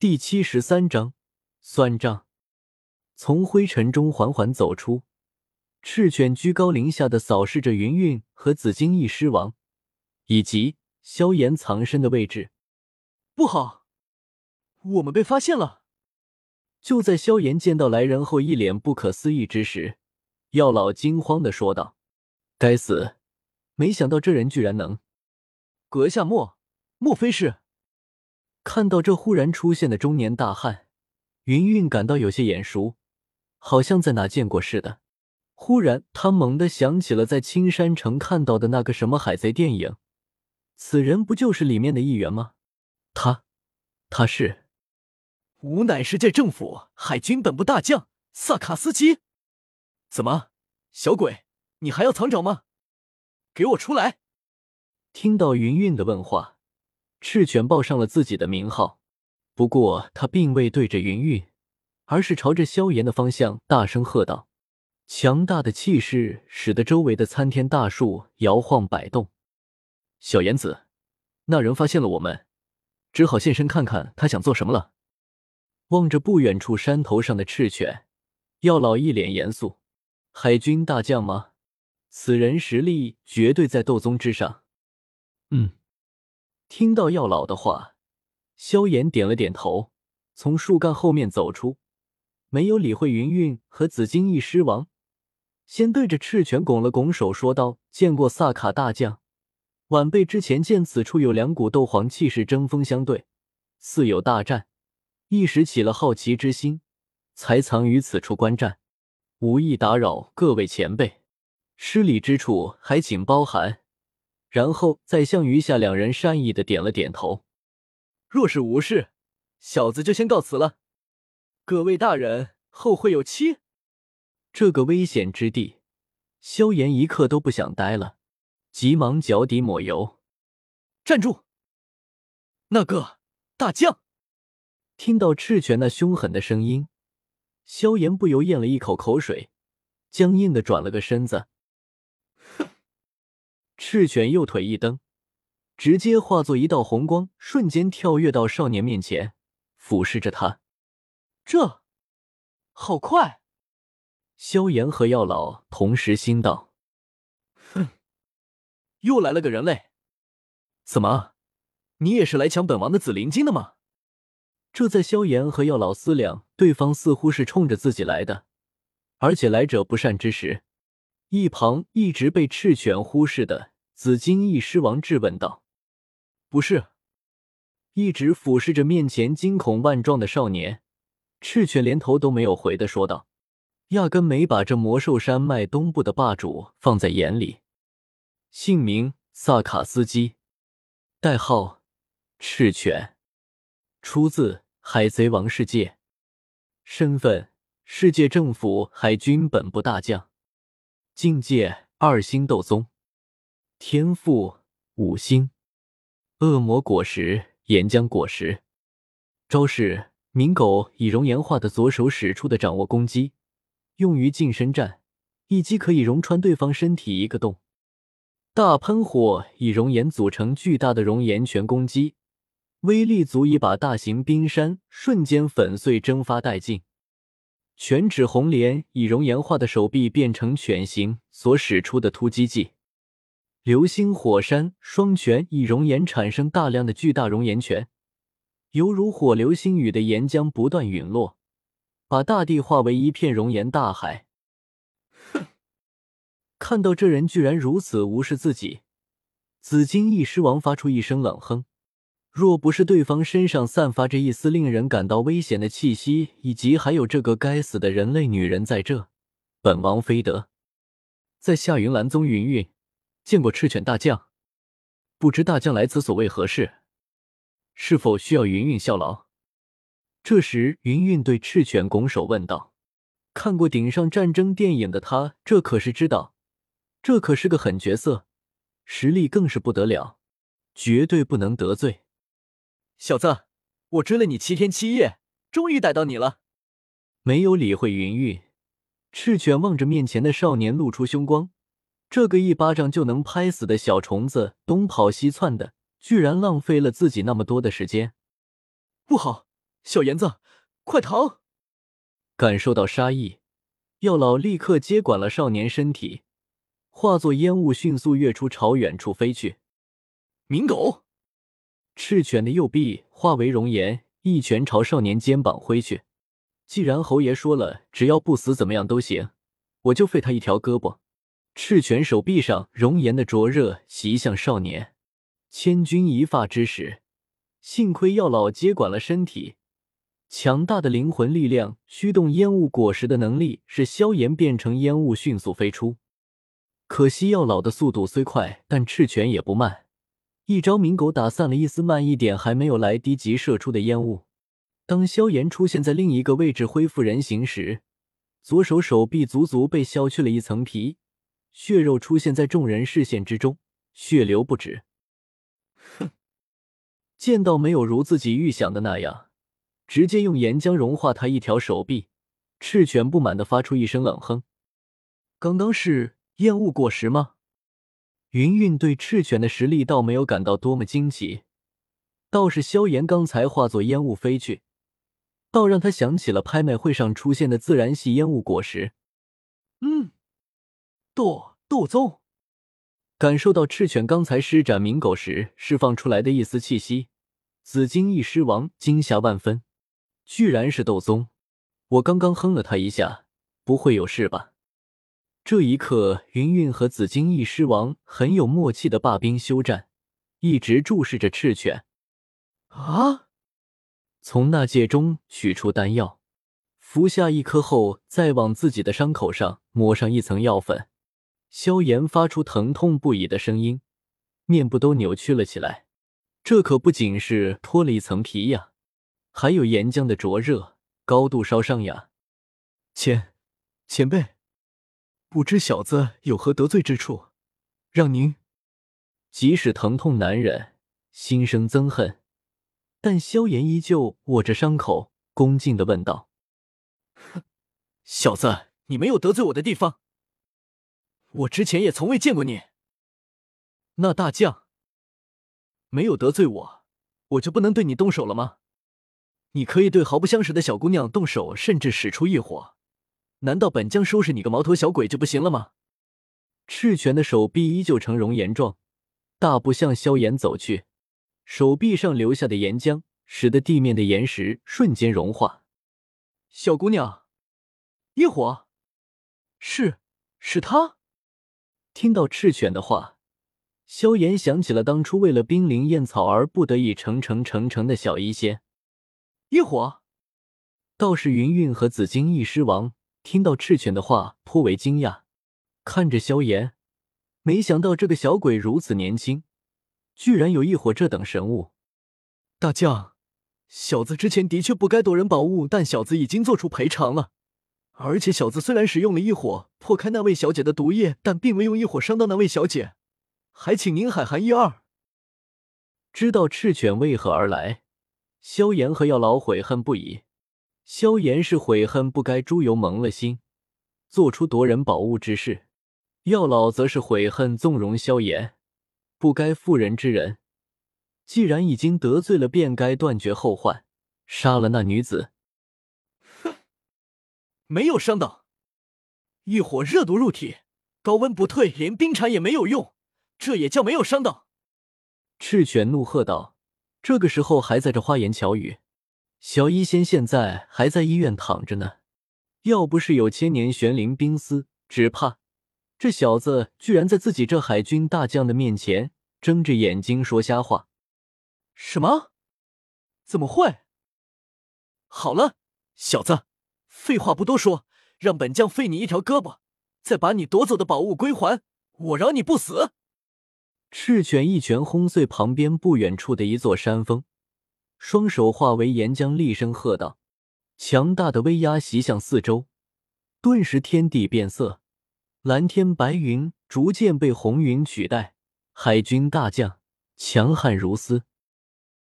第73章算账。从灰尘中缓缓走出，赤犬居高临下的扫视着云韵和紫金翼狮王，以及萧炎藏身的位置。 不好，我们被发现了！ 就在萧炎见到来人后一脸不可思议之时，药老惊慌地说道：“该死，没想到这人居然能…… 阁下莫非是……” 看到这忽然出现的中年大汉，云韵感到有些眼熟，好像在哪见过似的。忽然他猛地想起了在青山城看到的那个什么海贼电影，此人不就是里面的一员吗？他是…… 吾乃世界政府海军本部大将萨卡斯基。怎么，小鬼，你还要藏爪吗？给我出来！ 听到云韵的问话，赤犬报上了自己的名号，不过他并未对着云韵，而是朝着萧炎的方向大声喝道。强大的气势使得周围的参天大树摇晃摆动。小炎子，那人发现了我们，只好现身看看他想做什么了。望着不远处山头上的赤犬，药老一脸严肃。海军大将吗？此人实力绝对在斗宗之上。听到药老的话，萧炎点了点头，从树干后面走出，没有理会云韵和紫金翼狮王，先对着赤犬拱了拱手说道：“见过萨卡大将，晚辈之前见此处有两股斗皇气势针锋相对，似有大战，一时起了好奇之心，才藏于此处观战，无意打扰各位前辈，失礼之处还请包涵。”然后再向余下两人善意的点了点头。 若是无事，小子就先告辞了。各位大人后会有期。 这个危险之地，萧炎一刻都不想待了，急忙脚底抹油。 站住！那个大将！ 听到赤犬那凶狠的声音，萧炎不由咽了一口口水，僵硬的转了个身子。赤犬右腿一蹬，直接化作一道红光，瞬间跳跃到少年面前，俯视着他。 这好快！ 萧炎和药老同时心道： 哼，又来了个人类。怎么，你也是来抢本王的紫灵晶的吗？ 这在萧炎和药老思量对方似乎是冲着自己来的，而且来者不善之时，一旁一直被赤犬忽视的紫金翼狮王质问道：“ 不是。” 一直俯视着面前惊恐万状的少年，赤犬连头都没有回的说道，压根没把这魔兽山脉东部的霸主放在眼里。姓名：萨卡斯基，代号：赤犬，出自海贼王世界，身份：世界政府海军本部大将，境界2星斗宗，天赋5星，恶魔果实岩浆果实，招式冥狗以熔岩化的左手使出的掌握攻击，用于近身战，一击可以熔穿对方身体一个洞。大喷火以熔岩组成巨大的熔岩拳攻击，威力足以把大型冰山瞬间粉碎蒸发殆尽。犬指红莲以熔岩化的手臂变成犬形所使出的突击技。流星火山双拳以熔岩产生大量的巨大熔岩拳，犹如火流星雨的岩浆不断陨落，把大地化为一片熔岩大海。 哼！ 看到这人居然如此无视自己，紫金翼狮王发出一声冷哼。若不是对方身上散发着一丝令人感到危险的气息，以及还有这个该死的人类女人在这，本王非得在夏云岚宗云韵见过赤犬大将，不知大将来此所为何事，是否需要云韵效劳？这时云韵对赤犬拱手问道。看过顶上战争电影的他，这可是知道，这可是个狠角色，实力更是不得了，绝对不能得罪。 小子，我追了你7天7夜，终于逮到你了。 没有理会云韵，赤犬望着面前的少年露出凶光，这个一巴掌就能拍死的小虫子，东跑西窜的，居然浪费了自己那么多的时间。 不好， 小炎子，快逃！ 感受到杀意，药老立刻接管了少年身体，化作烟雾迅速跃出，朝远处飞去。 冥狗！ 赤犬的右臂化为熔岩，一拳朝少年肩膀挥去。既然侯爷说了，只要不死怎么样都行，我就废他一条胳膊。赤犬手臂上熔岩的灼热袭向少年。千钧一发之时，幸亏药老接管了身体，强大的灵魂力量驱动烟雾果实的能力使萧炎变成烟雾迅速飞出。可惜药老的速度虽快，但赤犬也不慢，一招冥狗打散了一丝慢一点还没有来低级射出的烟雾。当萧炎出现在另一个位置恢复人形时，左手手臂足足被削去了一层皮，血肉出现在众人视线之中，血流不止。 哼！ 见到没有如自己预想的那样，直接用岩浆融化他一条手臂，赤犬不满地发出一声冷哼。刚刚是烟雾果实吗？云云对赤犬的实力倒没有感到多么惊奇，倒是萧炎刚才化作烟雾飞去，倒让他想起了拍卖会上出现的自然系烟雾果实。 斗宗。 感受到赤犬刚才施展冥狗时释放出来的一丝气息，紫金翼狮王惊吓万分，居然是斗宗！我刚刚哼了他一下，不会有事吧？这一刻，云云和紫金翼狮王很有默契的罢兵休战，一直注视着赤犬。 啊！ 从纳戒中取出丹药，服下一颗后，再往自己的伤口上抹上一层药粉。萧炎发出疼痛不已的声音，面部都扭曲了起来。这可不仅是脱了一层皮呀，还有岩浆的灼热，高度烧伤呀！ 前辈，不知小子有何得罪之处，让您…… 即使疼痛难忍，心生憎恨，但萧炎依旧握着伤口，恭敬地问道：“ 哼，小子，你没有得罪我的地方。我之前也从未见过你。那大将没有得罪我，我就不能对你动手了吗？你可以对毫不相识的小姑娘动手，甚至使出异火，难道本将收拾你个毛头小鬼就不行了吗？” 赤犬的手臂依旧呈熔岩状，大步向萧炎走去，手臂上留下的岩浆使得地面的岩石瞬间融化。 小姑娘，异火，是他。 听到赤犬的话，萧炎想起了当初为了冰灵燕草而不得已成的小医仙。 异火？ 倒是云云和紫金翼狮王听到赤犬的话颇为惊讶，看着萧炎，没想到这个小鬼如此年轻，居然有异火这等神物。 大将，小子之前的确不该夺人宝物，但小子已经做出赔偿了。而且小子虽然使用了异火破开那位小姐的毒液，但并未用异火伤到那位小姐，还请您海涵一二。 知道赤犬为何而来，萧炎和药老悔恨不已。萧炎是悔恨不该猪油蒙了心，做出夺人宝物之事；药老则是悔恨纵容萧炎，不该妇人之仁。既然已经得罪了，便该断绝后患，杀了那女子。 没有伤到，异火热毒入体，高温不退，连冰蝉也没有用，这也叫没有伤到？ 赤犬怒喝道。这个时候还在这花言巧语，小医仙现在还在医院躺着呢，要不是有千年玄灵冰丝，只怕这小子居然在自己这海军大将的面前睁着眼睛说瞎话。 什么？怎么会？好了，小子，废话不多说，让本将废你一条胳膊，再把你夺走的宝物归还，我饶你不死！ 赤犬一拳轰碎旁边不远处的一座山峰，双手化为岩浆，厉声喝道。强大的威压袭向四周，顿时天地变色，蓝天白云逐渐被红云取代，海军大将强悍如斯。